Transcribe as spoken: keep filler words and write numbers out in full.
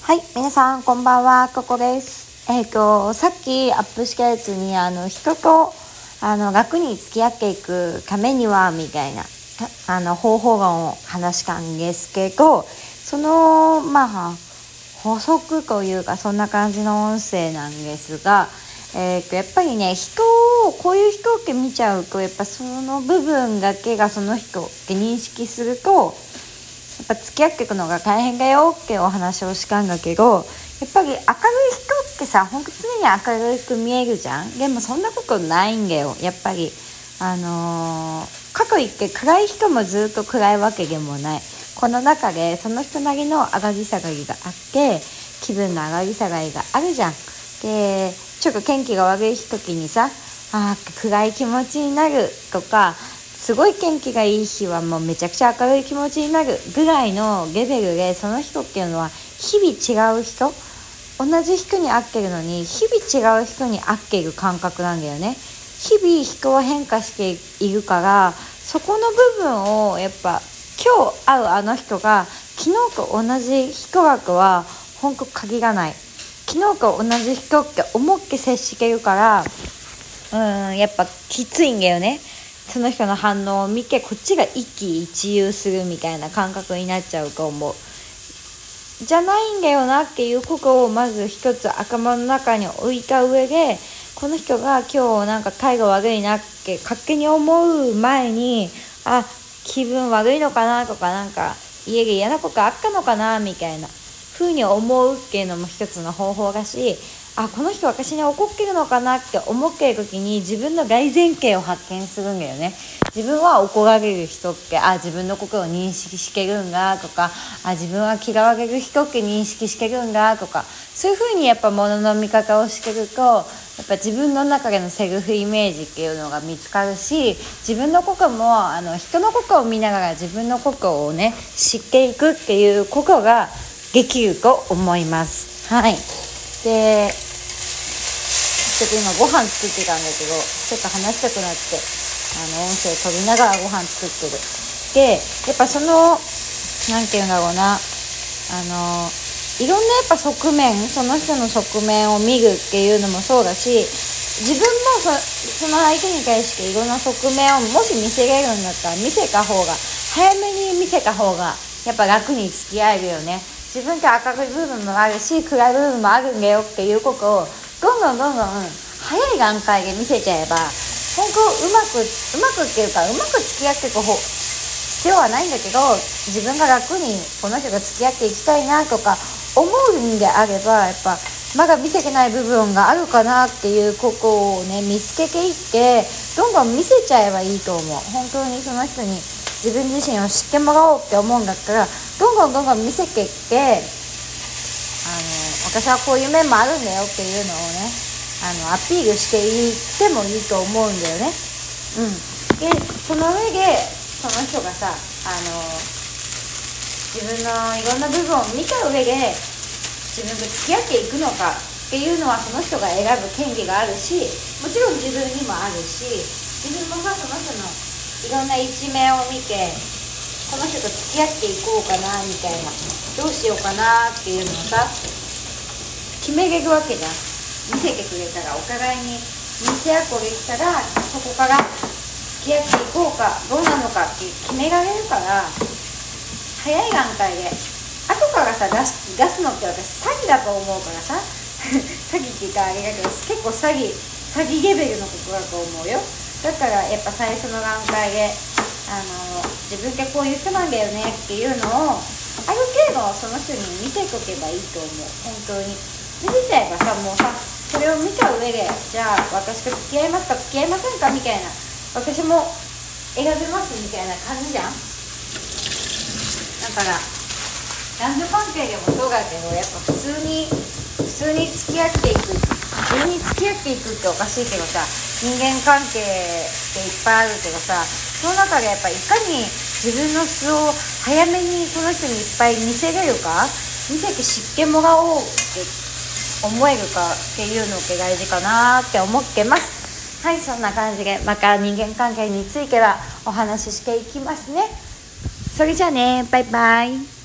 はい、皆さんこんばんは、ここです。えっ、ー、とさっきアップしたやつにあの人とあの楽に付き合っていくためにはみたいなあの方法論を話したんですけど、そのまあ補足というかそんな感じの音声なんですが、えー、とやっぱりね、人をこういう人って見ちゃうと、やっぱその部分だけがその人って認識すると、やっぱ付き合っていくのが大変だよってお話をしたんだけど、やっぱり明るい人ってさ、ほんと常に明るく見えるじゃん。でもそんなことないんだよ。やっぱりあのー、かといって暗い人もずっと暗いわけでもない。この中でその人なりの上がり下がりがあって、気分の上がり下がりがあるじゃん。でちょっと天気が悪い時にさ、あー暗い気持ちになるとか、すごい天気がいい日はもうめちゃくちゃ明るい気持ちになるぐらいのレベルで、その人っていうのは日々違う人、同じ人に会ってるのに日々違う人に会っている感覚なんだよね。日々人は変化しているから、そこの部分をやっぱ今日会うあの人が昨日と同じ人枠は本当限らない。昨日と同じ人って思って接してるから、うーんやっぱきついんだよね。その人の反応を見てこっちが一喜一憂するみたいな感覚になっちゃうと思う。じゃないんだよなっていうことをまず一つ頭の中に置いた上で、この人が今日なんか態度悪いなって勝手に思う前に、あ、気分悪いのかなとか、なんか家で嫌なことあったのかなみたいな風に思うっていうのも一つの方法だし、あ、この人私に怒ってるのかなって思っている時に自分の大前提を発見するんだよね。自分は怒られる人って、あ、自分の心を認識してるんだとか、あ、自分は嫌われる人って認識してるんだとか、そういう風にやっぱ物の見方をしてると、やっぱ自分の中でのセルフイメージっていうのが見つかるし、自分の心もあの人の心を見ながら自分の心をね知っていくっていうことができると思います。はい。でちょっと今ご飯作ってたんだけど、ちょっと話したくなってあの音声取りながらご飯作ってる。でやっぱそのなんていうんだろうな、あのいろんなやっぱ側面、その人の側面を見るっていうのもそうだし、自分も そ, その相手に対していろんな側面をもし見せれるんだったら見せた方が、早めに見せた方がやっぱ楽に付き合えるよね。自分って明るい部分もあるし暗い部分もあるんだよっていうことをどんどんどんどん早い段階で見せちゃえば、本当うまくうまくっていうかうまく付き合っていく方必要はないんだけど、自分が楽にこの人が付き合っていきたいなとか思うんであれば、やっぱまだ見せてない部分があるかなっていうことをね見つけていって、どんどん見せちゃえばいいと思う。本当にその人に自分自身を知ってもらおうって思うんだったら、どんどんどんどん見せていって、あの私はこういう面もあるんだよっていうのをね、あのアピールしていってもいいと思うんだよね。うんでその上でその人がさ、あの自分のいろんな部分を見た上で自分と付き合っていくのかっていうのはその人が選ぶ権利があるし、もちろん自分にもあるし、自分もさその人のいろんな一面を見て、この人と付き合っていこうかなみたいな、どうしようかなっていうのをさ決めれるわけじゃん。見せてくれたら、お互いに見せ合こできたら、そこから付き合っていこうかどうなのかって決められるから、早い段階で。後からさ出す、出すのって私詐欺だと思うからさ詐欺って言ったらあれだけど、結構詐欺詐欺レベルのことだと思うよ。だからやっぱ最初の段階であの自分ってこういう人なんだよねっていうのをある程度その人に見せとけばいいと思う。本当に見せちゃえばさ、もうさそれを見た上で、じゃあ私と付き合いますか付き合いませんかみたいな、私も選べますみたいな感じじゃん。だから男女関係でもそうだけど、やっぱ普通に普通に付き合っていく普通に付き合っていくっておかしいけどさ、人間関係っていっぱいあるけどさ、その中でやっぱいかに自分の素を早めにその人にいっぱい見せれるか、見せて知ってもらおうって思えるかっていうのが大事かなって思ってます。はい、そんな感じでまた人間関係についてはお話ししていきますね。それじゃあね、バイバイ。